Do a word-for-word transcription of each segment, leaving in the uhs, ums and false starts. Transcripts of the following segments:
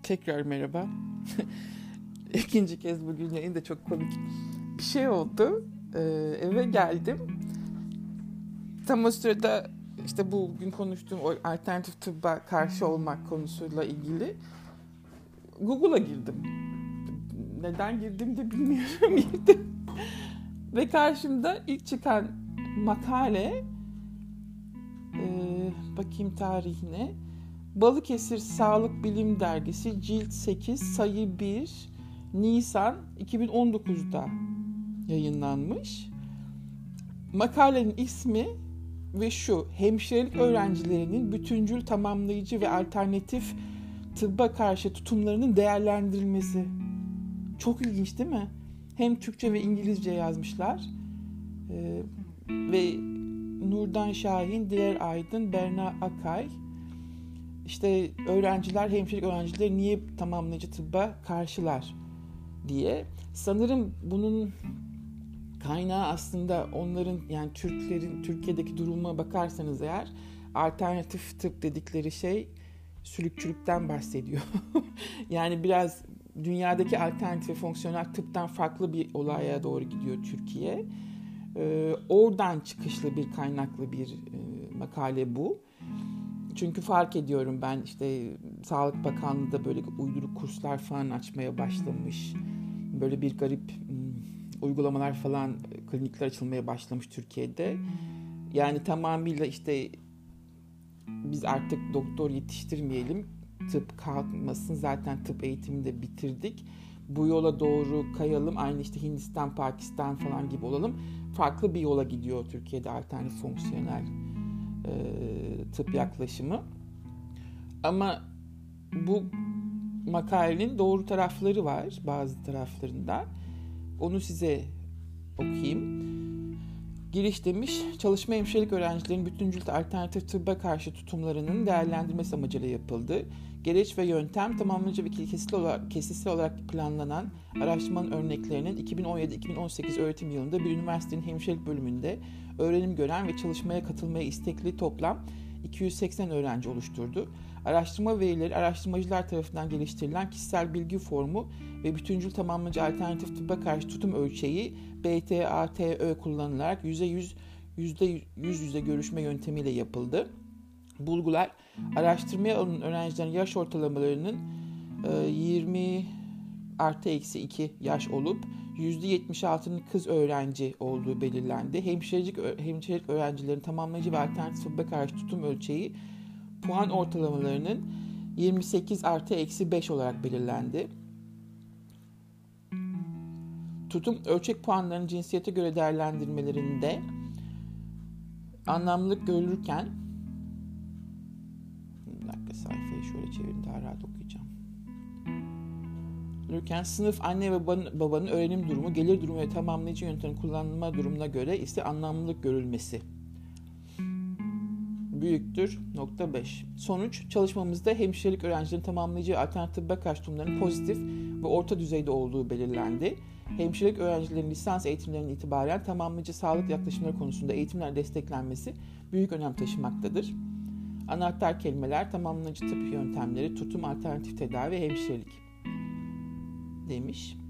Tekrar merhaba. İkinci kez bugün yayında çok komik bir şey oldu. Ee, eve geldim. Tam o sırada işte bugün konuştuğum o alternatif tıbba karşı olmak konusuyla ilgili Google'a girdim. Neden girdim de bilmiyorum. girdim. Ve karşımda ilk çıkan makale, e, bakayım tarihine, Balıkesir Sağlık Bilim Dergisi Cilt sekiz sayı bir Nisan iki bin on dokuzda yayınlanmış. Makalenin ismi ve şu: hemşirelik öğrencilerinin bütüncül, tamamlayıcı ve alternatif tıbba karşı tutumlarının değerlendirilmesi. Çok ilginç değil mi? Hem Türkçe ve İngilizce yazmışlar. Ee, ve Nurdan Şahin, Diler Aydın, Berna Akay. İşte öğrenciler, hemşirelik öğrencileri niye tamamlayıcı tıbba karşılar diye. Sanırım bunun kaynağı aslında onların, yani Türklerin Türkiye'deki duruma bakarsanız eğer, alternatif tıp dedikleri şey sülükçülükten bahsediyor. Yani biraz dünyadaki alternatif fonksiyonel tıptan farklı bir olaya doğru gidiyor Türkiye. Ee, oradan çıkışlı bir kaynaklı bir e, makale bu. Çünkü fark ediyorum ben, işte Sağlık Bakanlığı da böyle uyduruk kurslar falan açmaya başlamış. Böyle bir garip uygulamalar falan, klinikler açılmaya başlamış Türkiye'de. Yani tamamıyla işte biz artık doktor yetiştirmeyelim, tıp kalkmasın, zaten tıp eğitimini de bitirdik, bu yola doğru kayalım, aynı işte Hindistan, Pakistan falan gibi olalım. Farklı bir yola gidiyor Türkiye'de alternatif fonksiyonel e, tıp yaklaşımı. Ama bu makalenin doğru tarafları var, bazı taraflarında. Onu size okuyayım. Giriş demiş: çalışma hemşirelik öğrencilerinin bütüncül alternatif tıbba karşı tutumlarının değerlendirmesi amacıyla yapıldı. Gereç ve yöntem, tamamlayıcı ve kesitsel olarak, kesitsel olarak planlanan araştırmanın örneklerinin iki bin on yedi iki bin on sekiz öğretim yılında bir üniversitenin hemşirelik bölümünde öğrenim gören ve çalışmaya katılmaya istekli toplam iki yüz seksen öğrenci oluşturdu. Araştırma verileri, araştırmacılar tarafından geliştirilen kişisel bilgi formu ve bütüncül tamamlayıcı alternatif tıbba karşı tutum ölçeği B T A T Ö kullanılarak yüzde yüz yüzde yüz yüze görüşme yöntemiyle yapıldı. Bulgular, araştırmaya alınan öğrencilerin yaş ortalamalarının yirmi artı eksi iki yaş olup yüzde yetmiş altının kız öğrenci olduğu belirlendi. Hemşirelik, hemşirelik öğrencilerin tamamlayıcı ve alternatif tıbba karşı tutum ölçeği puan ortalamalarının yirmi sekiz artı eksi beş olarak belirlendi. Tutum ölçek puanlarının cinsiyete göre değerlendirmelerinde anlamlılık görülürken, bir dakika, sayfayı şöyle çevirin, daha rahat okuyacağım. Görülürken sınıf, anne ve babanın, babanın öğrenim durumu, gelir durumu ve tamamlayıcı yöntemin kullanılma durumuna göre ise anlamlılık görülmesi büyüktür. Nokta beş. Sonuç, çalışmamızda hemşirelik öğrencilerin tamamlayıcı alternatif tıbba karşı tutumlarının pozitif ve orta düzeyde olduğu belirlendi. Hemşirelik öğrencilerin lisans eğitimlerinden itibaren tamamlayıcı sağlık yaklaşımları konusunda eğitimler desteklenmesi büyük önem taşımaktadır. Anahtar kelimeler: tamamlayıcı tıp yöntemleri, tutum, alternatif tedavi, hemşirelik demiş.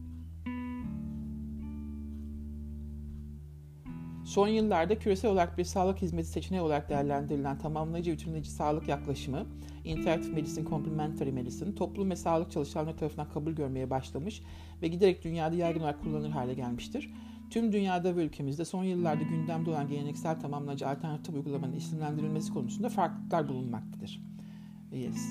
Son yıllarda küresel olarak bir sağlık hizmeti seçeneği olarak değerlendirilen tamamlayıcı bütünleyici sağlık yaklaşımı, Integrative Medicine, Complementary Medicine, toplum ve sağlık çalışanları tarafından kabul görmeye başlamış ve giderek dünyada yaygın olarak kullanılır hale gelmiştir. Tüm dünyada ve ülkemizde son yıllarda gündemde olan geleneksel tamamlayıcı alternatif uygulamanın isimlendirilmesi konusunda farklılıklar bulunmaktadır. Yes.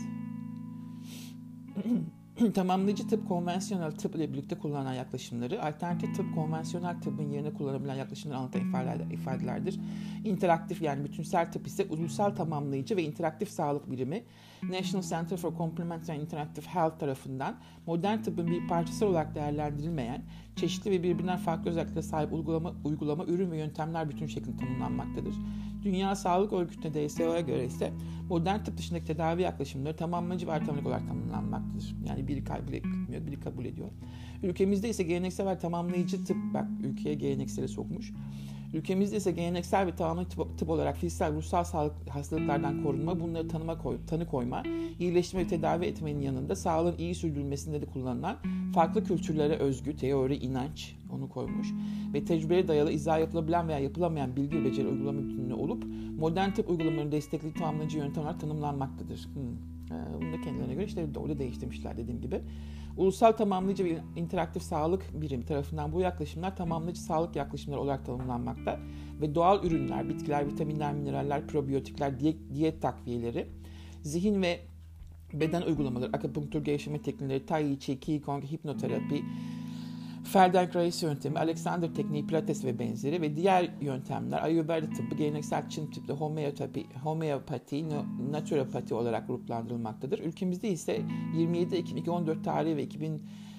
Tamamlayıcı tıp, konvansiyonel tıp ile birlikte kullanılan yaklaşımları, alternatif tıp, konvansiyonel tıbbın yerine kullanabilen yaklaşımları anlatan ifadelerdir. İnteraktif, yani bütünsel tıp ise ulusal tamamlayıcı ve interaktif sağlık birimi, National Center for Complementary and Interactive Health tarafından modern tıbbın bir parçası olarak değerlendirilmeyen, çeşitli ve birbirinden farklı özelliklere sahip uygulama, uygulama, ürün ve yöntemler bütün şeklinde tanımlanmaktadır. Dünya Sağlık Örgütü'ne D S O'ya göre ise modern tıp dışındaki tedavi yaklaşımları tamamlayıcı ve alternatif olarak tanımlanmaktadır. Yani Yani biri kabul etmiyor, biri kabul ediyor. Ülkemizde ise geleneksel ve tamamlayıcı tıp, bak ülkeye geleneksele sokmuş. Ülkemizde ise geleneksel ve tamamlayıcı tıp, tıp olarak fiziksel, ruhsal sağlık hastalıklardan korunma, bunları tanıma koy, tanı koyma, iyileştirme ve tedavi etmenin yanında sağlığın iyi sürdürülmesinde de kullanılan farklı kültürlere özgü teori, inanç onu koymuş ve tecrübeye dayalı izah yapılabilen veya yapılamayan bilgi ve beceri uygulama bütünlüğü olup modern tıp uygulamalarının destekli tamamlayıcı yöntem olarak tanımlanmaktadır. Hmm. Ee, bunu da kendilerine göre işte orada değiştirmişler dediğim gibi. Ulusal Tamamlayıcı ve İnteraktif Sağlık Birimi tarafından bu yaklaşımlar tamamlayıcı sağlık yaklaşımları olarak tanımlanmakta ve doğal ürünler, bitkiler, vitaminler, mineraller, probiyotikler, diyet, diyet takviyeleri, zihin ve beden uygulamaları, akupunktur, gevşeme teknikleri, tai chi, qigong, hipnoterapi, Feldenkrais yöntemi, Alexander tekniği, pilates ve benzeri ve diğer yöntemler Ayurveda tıbbı, geleneksel Çin tıbbı, homeopati, homeopati, naturopati olarak gruplandırılmaktadır. Ülkemizde ise yirmi yedi Ekim iki bin on dört tarihi ve iki bin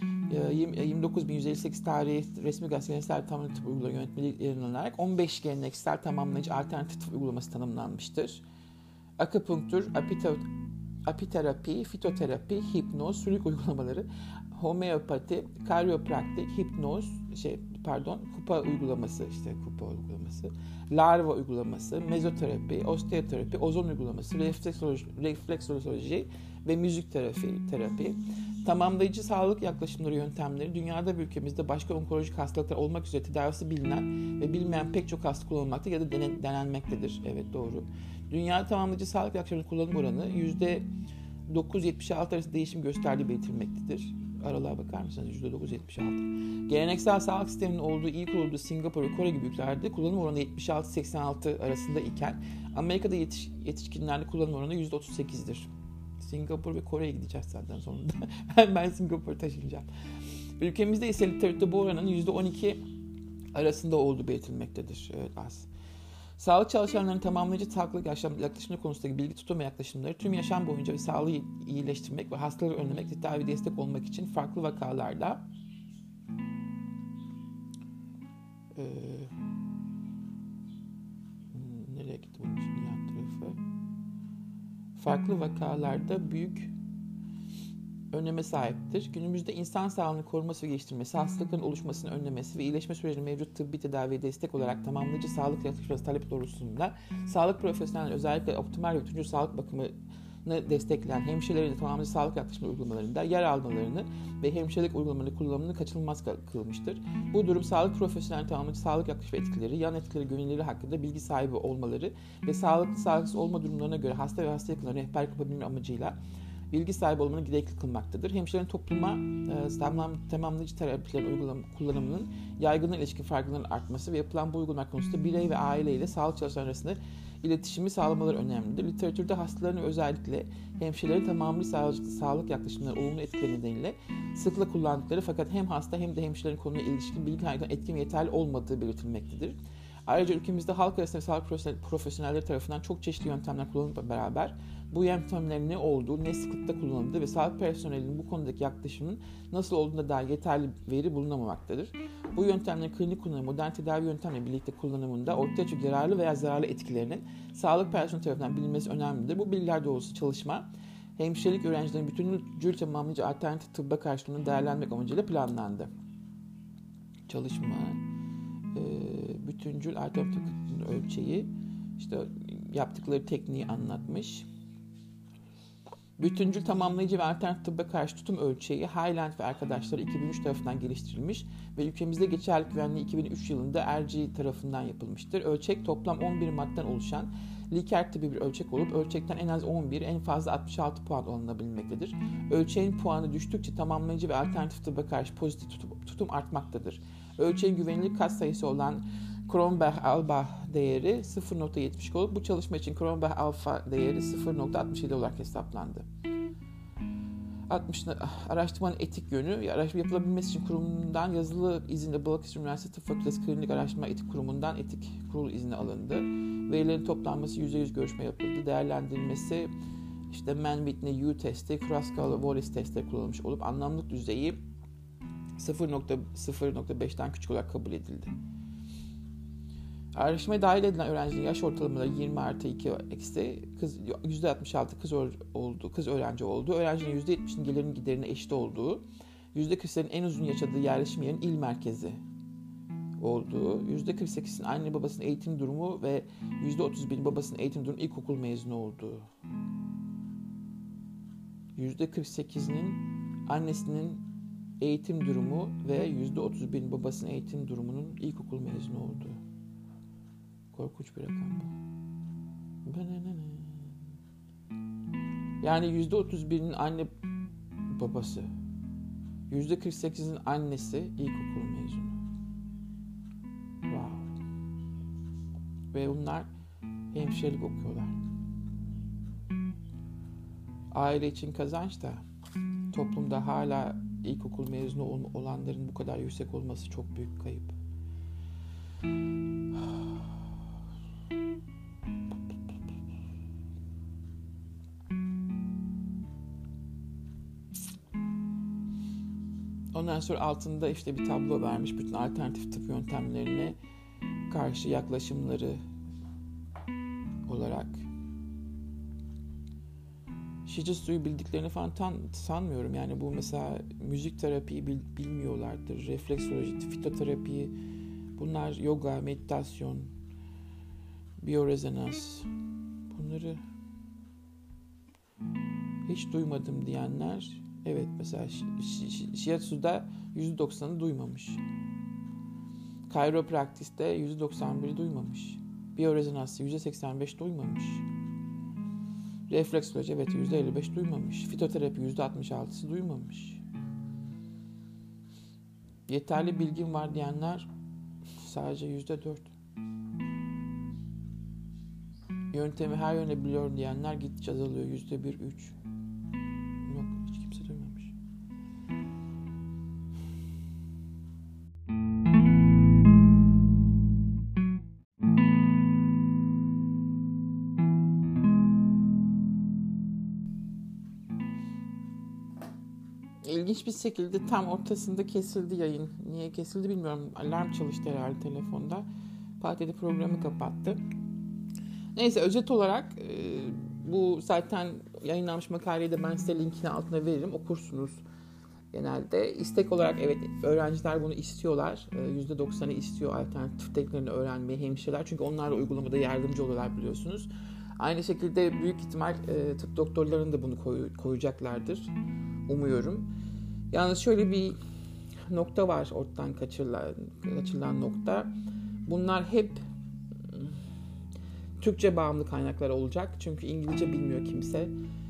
yirmi dokuz bin yüz elli sekiz tarihi resmi geleneksel tamamlayıcı tıp uygulama yönetmeliği yayınlanarak on beş geleneksel tamamlayıcı alternatif tıp uygulaması tanımlanmıştır. Akupunktur, apiterapi, fitoterapi, hipnoz, sülük uygulamaları, homeopati, karyopraktik, hipnoz, şey pardon, kupa uygulaması, işte kupa uygulaması, larva uygulaması, mezoterapi, osteoterapi, ozon uygulaması, refleksoloji, refleksoloji ve müzik terapi, terapi, tamamlayıcı sağlık yaklaşımları yöntemleri dünyada ve ülkemizde başka onkolojik hastalıklar olmak üzere tedavisi bilinen ve bilinmeyen pek çok hastalık kullanılmakta ya da denen, denenmektedir. Evet, doğru. Dünya tamamlayıcı sağlık yaklaşımları kullanım oranı yüzde dokuz virgül yetmiş altı arası değişim gösterdiği belirtilmektedir. Aralığa bakar mısınız? yüzde dokuz virgül yetmiş altı. Geleneksel sağlık sisteminin olduğu, iyi kurulduğu Singapur ve Kore gibi ülkelerde kullanım oranı yetmiş altı seksen altı arasında iken Amerika'da yetiş, yetişkinlerde kullanım oranı yüzde otuz sekizdir. Singapur ve Kore'ye gideceğiz zaten sonunda. Ben Singapur'a taşınacağım. Ülkemizde ise literatürde bu oranın yüzde on iki arasında olduğu belirtilmektedir. Evet, az. Sağlık çalışanlarının tamamlayıcı sağlık yaklaşımları konusundaki bilgi tutma yaklaşımları tüm yaşam boyunca ve sağlığı iyileştirmek ve hastalığı önlemek, tedavi destek olmak için farklı vakalarda ee, nereye gitti bunun için yan tarafı? Farklı vakalarda büyük öneme sahiptir. Günümüzde insan sağlığını koruması ve geliştirmesi, hastalıkların oluşmasını önlemesi ve iyileşme sürecinde mevcut tıbbi tedaviye destek olarak tamamlayıcı sağlık yaklaşımları talep doğrultusunda sağlık profesyonelleri özellikle optimal ve bütüncül sağlık bakımını destekleyen hemşirelerin de tamamlayıcı sağlık yaklaşımları uygulamalarında yer almalarını ve hemşirelik uygulamalarının kullanımını kaçınılmaz kılmıştır. Bu durum sağlık profesyonellerinin tamamlayıcı sağlık yaklaşım etkileri, yan etkileri, gönülleri hakkında bilgi sahibi olmaları ve sağlıklı sağlıksız olma durumlarına göre hasta ve hasta yakınlarına rehberlik yapabilme amacıyla bilgi sahibi olmanın gerekli kılmaktadır. Hemşirelerin topluma e, tamam, tamamlayıcı terapilerin uygulam, kullanımının yaygınlığa ilişkin farkındalıkların artması ve yapılan bu uygulamalar konusunda birey ve aile ile sağlık çalışanları arasında iletişimi sağlamaları önemlidir. Literatürde hastaların özellikle hemşirelerin tamamlayıcı sağlık, sağlık yaklaşımları olumlu etkileri nedeniyle sıklıkla kullandıkları fakat hem hasta hem de hemşirelerin konuyla ilişkin bilgi kaynaklarının etkin ve yeterli olmadığı belirtilmektedir. Ayrıca ülkemizde halk arasında sağlık profesyonelleri tarafından çok çeşitli yöntemler kullanılmakla beraber bu yöntemlerin ne olduğu, ne sıklıkta kullanıldığı ve sağlık personelinin bu konudaki yaklaşımının nasıl olduğuna dair yeterli veri bulunamamaktadır. Bu yöntemlerin klinik kullanımı, modern tedavi yöntemle birlikte kullanımında ortaya çıkan yararlı veya zararlı etkilerinin sağlık personeli tarafından bilinmesi önemlidir. Bu bilgiler doğrultusunda çalışma, hemşirelik öğrencilerinin bütüncül tamamlayıcı alternatif tıbba karşılığını değerlendirmek amacıyla planlandı. Çalışma, bütüncül alternatif ölçeği, işte yaptıkları tekniği anlatmış. Bütüncül tamamlayıcı ve alternatif tıbba karşı tutum ölçeği Highland ve arkadaşları iki bin üç tarafından geliştirilmiş ve ülkemizde geçerlilik güvenliği iki bin üç yılında R G tarafından yapılmıştır. Ölçek toplam on bir maddeden oluşan Likert tipi bir ölçek olup ölçekten en az on bir, en fazla altmış altı puan alınabilmektedir. Ölçeğin puanı düştükçe tamamlayıcı ve alternatif tıbba karşı pozitif tutum, tutum artmaktadır. Ölçeğin güvenilir katsayısı olan Kronberg-Alba değeri sıfır virgül yetmiş iki olup bu çalışma için Kronberg-Alpha değeri sıfır virgül altmış yedi olarak hesaplandı. altmış Araştırmanın etik yönü, araştırma yapılabilmesi için kurumdan yazılı izinle Balıkesir Üniversitesi Tıp Fakültesi Klinik Araştırma Etik Kurumu'ndan etik kurul izni alındı. Verilerin toplanması yüzde yüz görüşme yapıldı. Değerlendirilmesi işte Mann-Whitney U testi, Kruskal-Wallis testleri kullanılmış olup anlamlılık düzeyi sıfır virgül sıfır beşten küçük olarak kabul edildi. Araştırmaya dahil edilen öğrencinin yaş ortalamaları yirmi artı iki eksi kız yüzde altmış altı kız oldu, kız öğrenci oldu. Öğrencinin yüzde yetmişinin gelirinin giderine eşit olduğu, yüzde kırk sekizinin en uzun yaşadığı yerleşim yerinin il merkezi olduğu, yüzde kırk sekizinin anne babasının eğitim durumu ve yüzde otuz birinin babasının eğitim durumu ilkokul mezunu olduğu. yüzde kırk sekizinin annesinin eğitim durumu ve yüzde otuz birinin babasının eğitim durumunun ilkokul mezunu olduğu. Korkunç bir rakam bu. Yani yüzde otuz birinin anne babası, yüzde kırk sekizinin annesi ilkokul mezunu. Wow. Ve bunlar hemşirelik okuyorlar. Aile için kazanç da toplumda hala ilkokul mezunu olanların bu kadar yüksek olması çok büyük kayıp. Ondan sonra altında işte bir tablo vermiş bütün alternatif tıp yöntemlerine karşı yaklaşımları olarak. Shijutsu'yu bildiklerini falan tan- sanmıyorum. Yani bu mesela müzik terapiyi bil- bilmiyorlardır. Refleksoloji, fitoterapiyi, bunlar yoga, meditasyon, biyorezonans. Bunları hiç duymadım diyenler, evet mesela Shiatsu'da yüzde doksanı duymamış. Chiropractic'te yüzde doksan biri duymamış. Biyorezonansı yüzde seksen beş duymamış. Refleksoloji evet yüzde elli beş duymamış. Fitoterapi yüzde altmış altısı duymamış. Yeterli bilgim var diyenler sadece yüzde dört. Yöntemi her yöne biliyorum diyenler gittikçe azalıyor. yüzde bir, üç. Yok, hiç kimse duymamış. İlginç bir şekilde tam ortasında kesildi yayın. Niye kesildi bilmiyorum. Alarm çalıştı herhalde telefonda. Fatih de programı kapattı. Neyse, özet olarak e, bu zaten yayınlanmış makaleyi de ben size linkini altına veririm. Okursunuz genelde. İstek olarak evet öğrenciler bunu istiyorlar. E, yüzde doksanı istiyor alternatif tekniklerini öğrenmeyi hemşireler. Çünkü onlar da uygulamada yardımcı oluyorlar biliyorsunuz. Aynı şekilde büyük ihtimal e, tıp doktorlarının da bunu koy, koyacaklardır. Umuyorum. Yalnız şöyle bir nokta var ortadan kaçırılan, kaçırılan nokta. Bunlar hep Türkçe bağımlı kaynaklar olacak. Çünkü İngilizce bilmiyor kimse.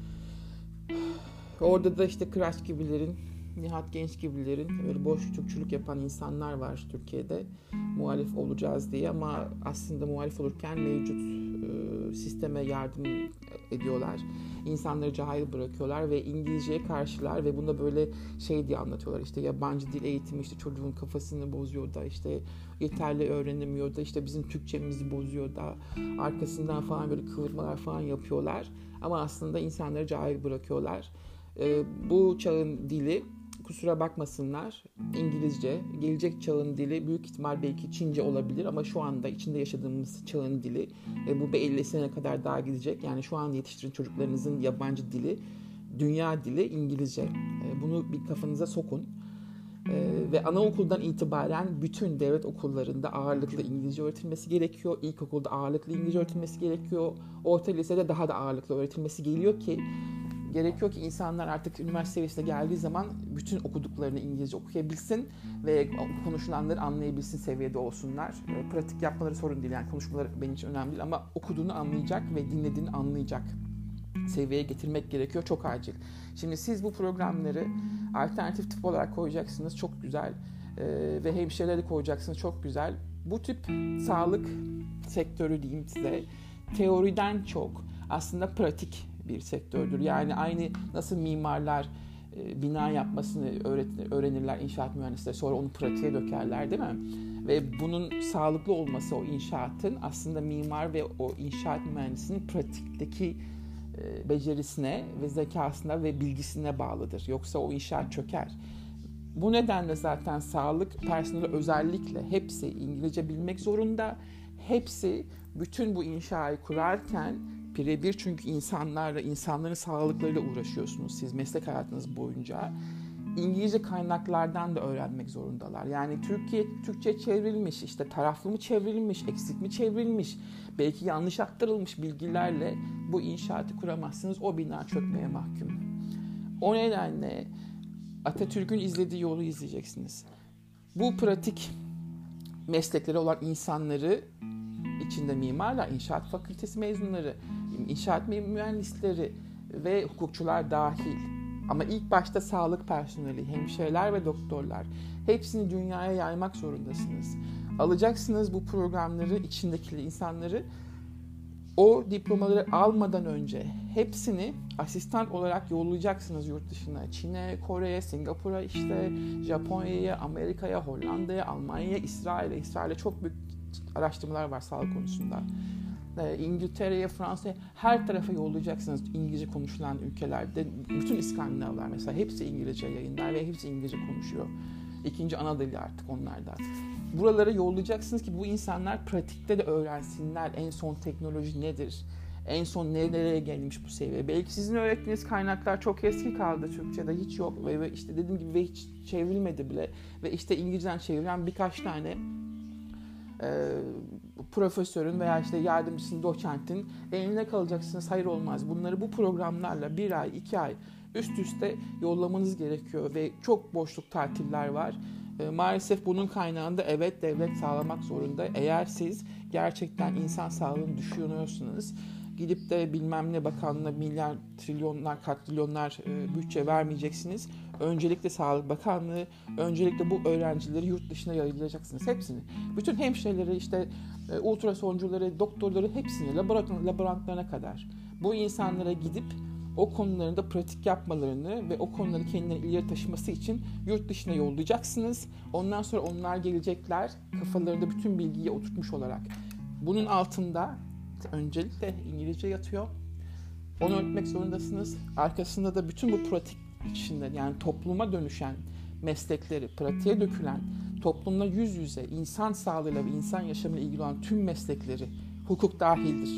Orada da işte Kıraç gibilerin, Nihat Genç gibilerin böyle boş Türkçülük yapan insanlar var Türkiye'de. Muhalif olacağız diye ama aslında muhalif olurken mevcut e, sisteme yardım ediyorlar. İnsanları cahil bırakıyorlar ve İngilizceye karşılar ve bunda böyle şey diye anlatıyorlar. İşte yabancı dil eğitimi işte çocuğun kafasını bozuyor da işte yeterli öğrenemiyor da işte bizim Türkçemizi bozuyor da arkasından falan böyle kıvırmalar falan yapıyorlar. Ama aslında insanları cahil bırakıyorlar. E, bu çağın dili, kusura bakmasınlar, İngilizce. Gelecek çağın dili büyük ihtimal belki Çince olabilir ama şu anda içinde yaşadığımız çağın dili e, bu elli sene kadar daha gidecek. Yani şu an yetiştirin çocuklarınızın yabancı dili, dünya dili İngilizce. E, bunu bir kafanıza sokun. E, ve anaokuldan itibaren bütün devlet okullarında ağırlıklı İngilizce öğretilmesi gerekiyor. İlkokulda ağırlıklı İngilizce öğretilmesi gerekiyor. Orta lisede daha da ağırlıklı öğretilmesi geliyor ki Gerekiyor ki insanlar artık üniversite seviyesine geldiği zaman bütün okuduklarını İngilizce okuyabilsin ve konuşulanları anlayabilsin seviyede olsunlar. E, pratik yapmaları sorun değil, yani konuşmaları benim için önemli değil ama okuduğunu anlayacak ve dinlediğini anlayacak seviyeye getirmek gerekiyor, çok acil. Şimdi siz bu programları alternatif tıp olarak koyacaksınız, çok güzel. E, ve hemşireleri koyacaksınız, çok güzel. Bu tip sağlık sektörü diyeyim size, teoriden çok aslında pratik bir sektördür. Yani aynı nasıl mimarlar e, bina yapmasını öğret- öğrenirler, inşaat mühendisleri, sonra onu pratiğe dökerler değil mi? Ve bunun sağlıklı olması o inşaatın aslında mimar ve o inşaat mühendisinin pratikteki e, becerisine ve zekasına ve bilgisine bağlıdır. Yoksa o inşaat çöker. Bu nedenle zaten sağlık personeli özellikle hepsi İngilizce bilmek zorunda. hepsi bütün bu inşayı kurarken birebir, çünkü insanlarla, insanların sağlıklarıyla uğraşıyorsunuz siz meslek hayatınız boyunca. İngilizce kaynaklardan da öğrenmek zorundalar. Yani Türkiye Türkçe çevrilmiş, işte taraflı mı çevrilmiş, eksik mi çevrilmiş, belki yanlış aktarılmış bilgilerle bu inşaatı kuramazsınız. O bina çökmeye mahkum. O nedenle Atatürk'ün izlediği yolu izleyeceksiniz. Bu pratik meslekleri olan insanları, içinde mimarlar, inşaat fakültesi mezunları, inşaat mühendisleri ve hukukçular dahil, ama ilk başta sağlık personeli, hemşireler ve doktorlar, hepsini dünyaya yaymak zorundasınız. Alacaksınız bu programları, içindeki insanları, o diplomaları almadan önce hepsini asistan olarak yollayacaksınız yurt dışına. Çin'e, Kore'ye, Singapur'a, işte Japonya'ya, Amerika'ya, Hollanda'ya, Almanya'ya, İsrail'e. İsrail'e çok büyük araştırmalar var sağlık konusunda. İngiltere'ye, Fransa'ya, her tarafa yollayacaksınız İngilizce konuşulan ülkelerde. Bütün İskandinavlar mesela hepsi İngilizce yayınlar ve hepsi İngilizce konuşuyor. İkinci ana dili artık onlarda. Buralara yollayacaksınız ki bu insanlar pratikte de öğrensinler en son teknoloji nedir, en son nereye gelmiş bu seviye. Belki sizin öğrettiğiniz kaynaklar çok eski kaldı, Türkçe'de hiç yok ve işte dediğim gibi ve hiç çevrilmedi bile ve işte İngilizceden çevrilen birkaç tane e, profesörün veya işte yardımcısının, doçentin eline kalacaksınız. Hayır, olmaz. Bunları bu programlarla bir ay, iki ay üst üste yollamanız gerekiyor ve çok boşluk tatiller var. E, maalesef bunun kaynağında evet devlet sağlamak zorunda. Eğer siz gerçekten insan sağlığını düşünüyorsanız, gidip de bilmem ne bakanlığına milyar, trilyonlar, katrilyonlar e, bütçe vermeyeceksiniz. Öncelikle Sağlık Bakanlığı, öncelikle bu öğrencileri yurt dışına yayılacaksınız. Hepsini. Bütün hemşireleri, işte e, ultrasoncuları, doktorları, hepsini, laboratuvar, laborantlarına kadar. Bu insanlara gidip o konularında pratik yapmalarını ve o konuları kendileri ileri taşıması için yurt dışına yollayacaksınız. Ondan sonra onlar gelecekler kafalarında bütün bilgiyi oturtmuş olarak. Bunun altında öncelikle İngilizce yatıyor. Onu öğretmek zorundasınız. Arkasında da bütün bu pratik içinde, yani topluma dönüşen meslekleri, pratiğe dökülen, toplumla yüz yüze, insan sağlığıyla ve insan yaşamıyla ilgili olan tüm meslekleri, hukuk dahildir.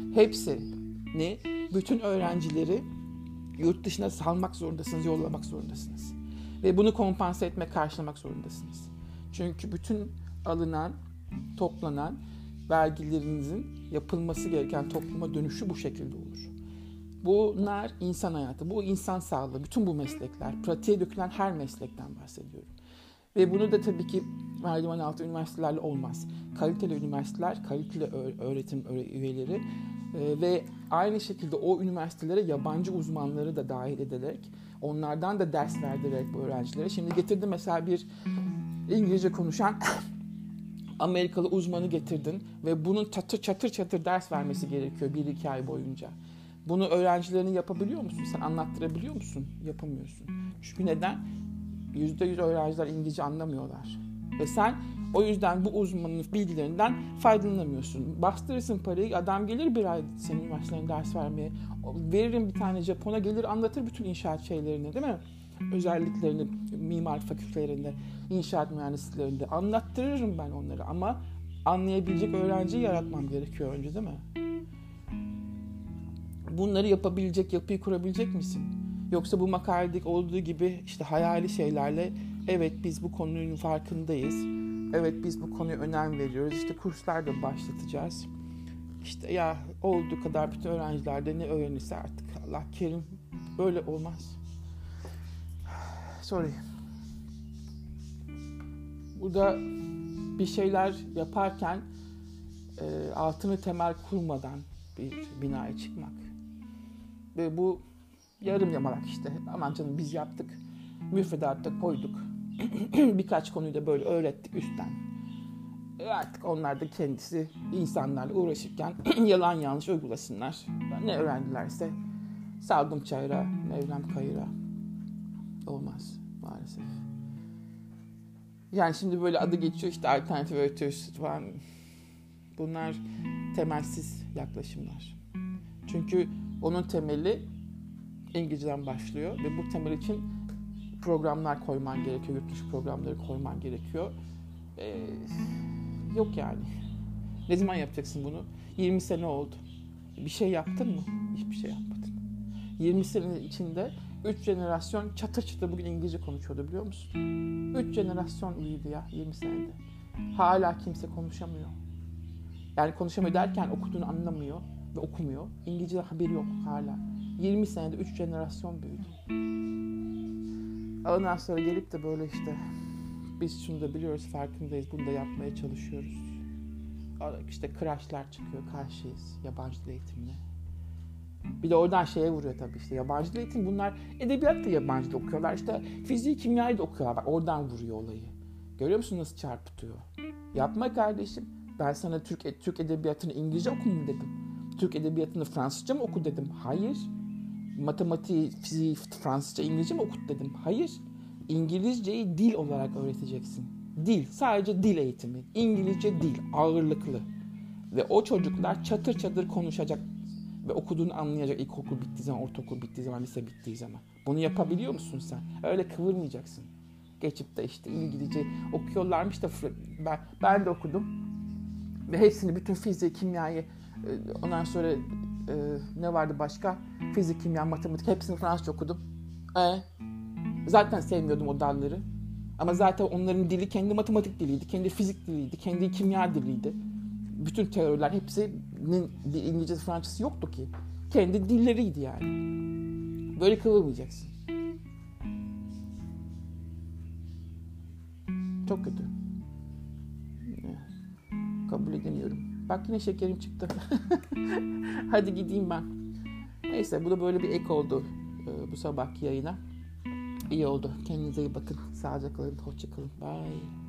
Hepsini, bütün öğrencileri yurt dışına salmak zorundasınız, yollamak zorundasınız. Ve bunu kompanse etmek, karşılamak zorundasınız. Çünkü bütün alınan, toplanan vergilerinizin yapılması gereken topluma dönüşü bu şekilde olur. Bunlar insan hayatı, bu insan sağlığı, bütün bu meslekler, pratiğe dökülen her meslekten bahsediyorum. Ve bunu da tabii ki merdiven altı üniversitelerle olmaz. Kaliteli üniversiteler, kaliteli öğretim üyeleri ve aynı şekilde o üniversitelere yabancı uzmanları da dahil ederek, onlardan da ders verdirerek bu öğrencilere. Şimdi getirdim mesela bir İngilizce konuşan Amerikalı uzmanı getirdin ve bunun çatır çatır çatır ders vermesi gerekiyor bir iki ay boyunca. Bunu öğrencilerini yapabiliyor musun? Sen anlattırabiliyor musun? Yapamıyorsun. Çünkü neden? yüzde yüz öğrenciler İngilizce anlamıyorlar. Ve sen o yüzden bu uzmanın bilgilerinden faydalanamıyorsun. Bastırırsın parayı, adam gelir bir ay senin üniversiteden ders vermeye. Veririm bir tane Japon'a, gelir anlatır bütün inşaat şeylerini, değil mi? Özelliklerini, mimar fakültelerinde, inşaat mühendisliklerinde anlattırırım ben onları. Ama anlayabilecek öğrenciyi yaratmam gerekiyor önce, değil mi? Bunları yapabilecek, yapıyı kurabilecek misin? Yoksa bu makalede olduğu gibi işte hayali şeylerle, evet biz bu konunun farkındayız, evet biz bu konuya önem veriyoruz, işte kurslar da başlatacağız. İşte ya olduğu kadar bütün öğrenciler de ne öğrenirse artık, Allah kerim, böyle olmaz. Sorry. Burada bir şeyler yaparken e, altını temel kurmadan bir binaya çıkmak. Ve bu yarım yamalak işte. Aman canım biz yaptık. Müfredatta koyduk. Birkaç konuyu da böyle öğrettik üstten. E artık onlar da kendisi insanlarla uğraşırken yalan yanlış uygulasınlar. Ne öğrendilerse saldım çayıra, Mevlam kayıra. Olmaz maalesef. Yani şimdi böyle adı geçiyor işte alternatif öğretiyoruz falan. Bunlar temelsiz yaklaşımlar. Çünkü onun temeli İngilizceden başlıyor ve bu temel için programlar koyman gerekiyor, yurt dışı programları koyman gerekiyor. Ee, yok yani. Ne zaman yapacaksın bunu? yirmi sene oldu. Bir şey yaptın mı? Hiçbir şey yapmadın. yirmi senenin içinde üç jenerasyon çatır çatır bugün İngilizce konuşuyordu, biliyor musun? üç jenerasyon büyüdü ya yirmi senede. Hala kimse konuşamıyor. Yani konuşamıyor derken okuduğunu anlamıyor ve okumuyor. İngilizce haberi yok hala. yirmi senede üç jenerasyon büyüdü. Ondan sonra gelip de böyle işte biz şunu da biliyoruz, farkındayız, bunu da yapmaya çalışıyoruz. İşte crashlar çıkıyor, karşıyız yabancı dil eğitimine. Bir de oradan şeye vuruyor tabii, işte yabancı dil eğitim, bunlar edebiyat da yabancı dil okuyorlar, işte fiziği, kimyayı da okuyorlar. Bak oradan vuruyor olayı. Görüyor musun nasıl çarpıtıyor? Yapma kardeşim. Ben sana Türk, Türk edebiyatını İngilizce oku mu dedim? Türk edebiyatını Fransızca mı oku dedim? Hayır. Matematiği, fiziği, Fransızca, İngilizce mi okut dedim? Hayır. İngilizceyi dil olarak öğreteceksin. Dil, sadece dil eğitimi. İngilizce dil, ağırlıklı. Ve o çocuklar çatır çatır konuşacak ve okuduğunu anlayacak ilkokul bittiği zaman, ortaokul bittiği zaman, lise bittiği zaman. Bunu yapabiliyor musun sen? Öyle kıvırmayacaksın. Geçip de işte İngilizce okuyorlarmış da ben, ben de okudum. Ve hepsini, bütün fiziği, kimyayı, ondan sonra e, ne vardı başka? Fizik, kimya, matematik, hepsini Fransızca okudum. E, zaten sevmiyordum o dalları. Ama zaten onların dili kendi matematik diliydi, kendi fizik diliydi, kendi kimya diliydi. Bütün teoriler hepsinin İngilizce, Fransızcası yoktu ki. Kendi dilleriydi yani. Böyle kıvırmayacaksın. Çok kötü. Kabul edemiyorum. Bak yine şekerim çıktı. Hadi gideyim ben. Neyse, bu da böyle bir ek oldu bu sabahki yayına. İyi oldu. Kendinize iyi bakın. Sağlıcakla kalın. Hoşça kalın. Bye.